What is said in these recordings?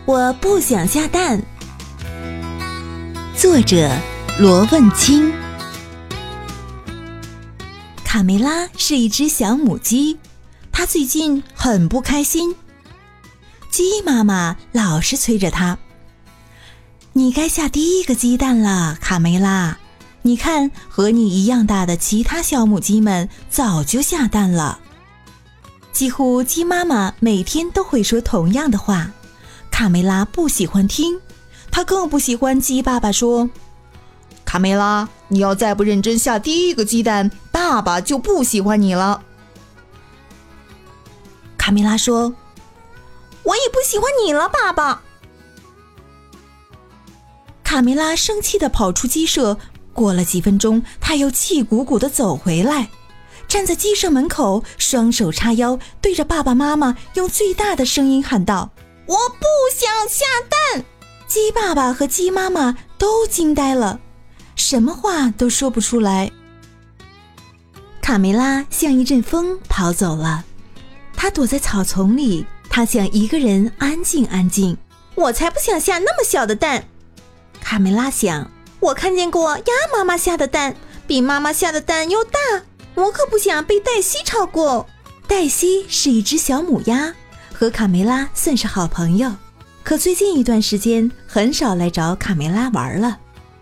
我不想下蛋。作者罗问清。卡梅拉是一只小母鸡，它最近很不开心。鸡妈妈老是催着它，你该下第一个鸡蛋了，卡梅拉。你看，和你一样大的其他小母鸡们早就下蛋了。几乎鸡妈妈每天都会说同样的话，卡梅拉不喜欢听，她更不喜欢鸡爸爸说， 卡梅拉，你要再不认真下第一个鸡蛋，爸爸就不喜欢你了。 卡梅拉说， 我也不喜欢你了，爸爸。 卡梅拉生气地跑出鸡舍，过了几分钟，她又气鼓鼓地走回来，站在鸡舍门口，双手叉腰，对着爸爸妈妈用最大的声音喊道， 我不想下蛋。 鸡爸爸和鸡妈妈都惊呆了，什么话都说不出来。卡梅拉像一阵风跑走了，她躲在草丛里，她想一个人安静安静。 我才不想下那么小的蛋。 卡梅拉想， 我看见过鸭妈妈下的蛋，比妈妈下的蛋又大，我可不想被黛西超过。 黛西是一只小母鸭，和卡梅拉算是好朋友，可最近一段时间很少来找卡梅拉玩了。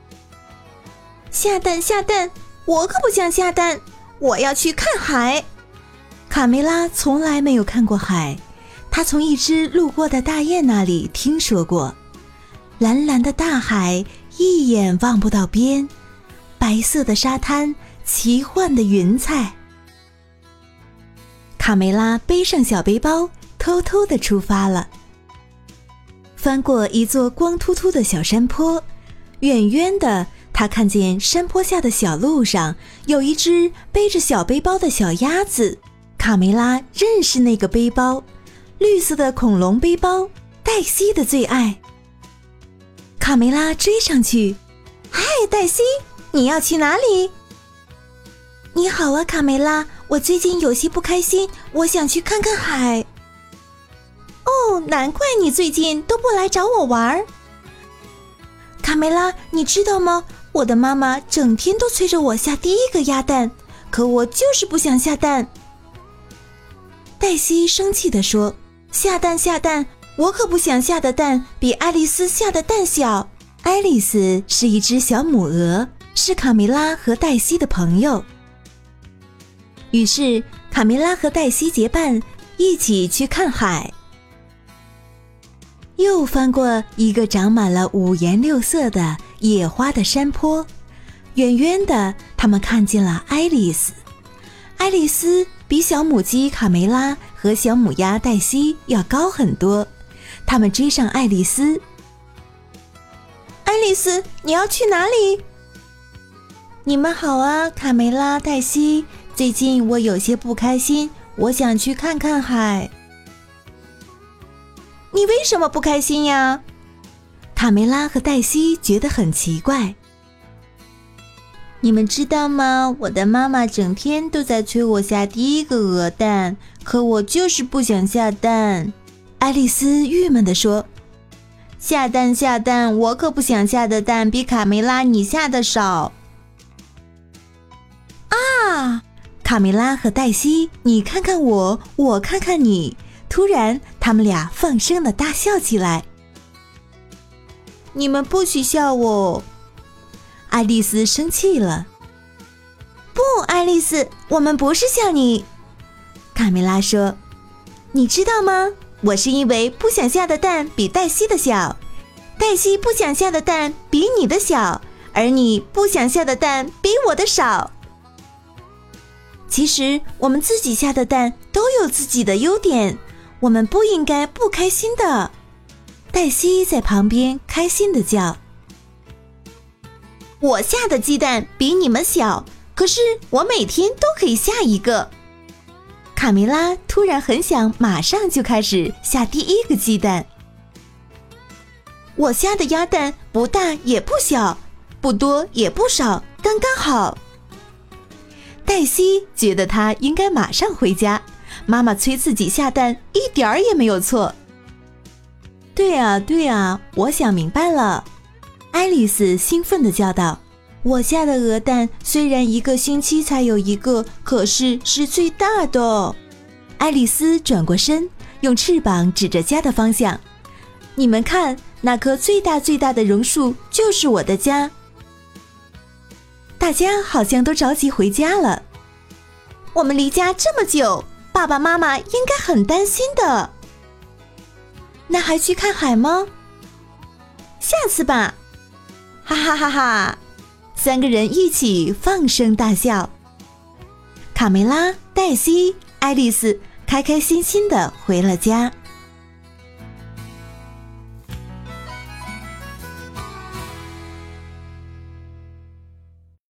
下蛋下蛋，我可不想下蛋，我要去看海。 卡梅拉从来没有看过海，她从一只路过的大雁那里听说过。蓝蓝的大海，一眼望不到边，白色的沙滩，奇幻的云彩。卡梅拉背上小背包，偷偷地出发了。翻过一座光秃秃的小山坡，远远的他看见山坡下的小路上有一只背着小背包的小鸭子。卡梅拉认识那个背包，绿色的恐龙背包，黛西的最爱。卡梅拉追上去， 嗨，黛西，你要去哪里？ 你好啊，卡梅拉，我最近有些不开心，我想去看看海。 哦，难怪你最近都不来找我玩。 卡梅拉，你知道吗？我的妈妈整天都催着我下第一个鸭蛋，可我就是不想下蛋。黛西生气地说，下蛋下蛋，我可不想下的蛋比爱丽丝下的蛋小。爱丽丝是一只小母鹅，是卡梅拉和黛西的朋友。于是卡梅拉和黛西结伴一起去看海。又翻过一个长满了五颜六色的野花的山坡，远远的他们看见了爱丽丝。爱丽丝比小母鸡卡梅拉和小母鸭黛西要高很多，他们追上爱丽丝。 爱丽丝，你要去哪里？ 你们好啊，卡梅拉、黛西，最近我有些不开心，我想去看看海。 你为什么不开心呀？ 卡梅拉和黛西觉得很奇怪。你们知道吗？我的妈妈整天都在催我下第一个鹅蛋，可我就是不想下蛋。爱丽丝郁闷地说，下蛋下蛋，我可不想下的蛋比卡梅拉你下的少。啊！卡梅拉和黛西，你看看我，我看看你，突然他们俩放声地大笑起来。你们不许笑我！爱丽丝生气了。 不，爱丽丝，我们不是笑你。 卡梅拉说，你知道吗？我是因为不想下的蛋比黛西的小，黛西不想下的蛋比你的小，而你不想下的蛋比我的少。其实我们自己下的蛋都有自己的优点，我们不应该不开心的。黛西在旁边开心地叫，我下的鸡蛋比你们小，可是我每天都可以下一个。卡梅拉突然很想马上就开始下第一个鸡蛋。我下的鸭蛋不大也不小，不多也不少，刚刚好。黛西觉得她应该马上回家，妈妈催自己下蛋一点儿也没有错。 对啊，对啊，我想明白了。爱丽丝兴奋地叫道：“我下的鹅蛋虽然1个星期才有1个，可是是最大的。”爱丽丝转过身，用翅膀指着家的方向：“你们看，那棵最大最大的榕树就是我的家。”大家好像都着急回家了。 我们离家这么久，爸爸妈妈应该很担心的。 那还去看海吗？ 下次吧。 哈哈哈哈！3个人一起放声大笑。卡梅拉、黛西、爱丽丝开开心心地回了家。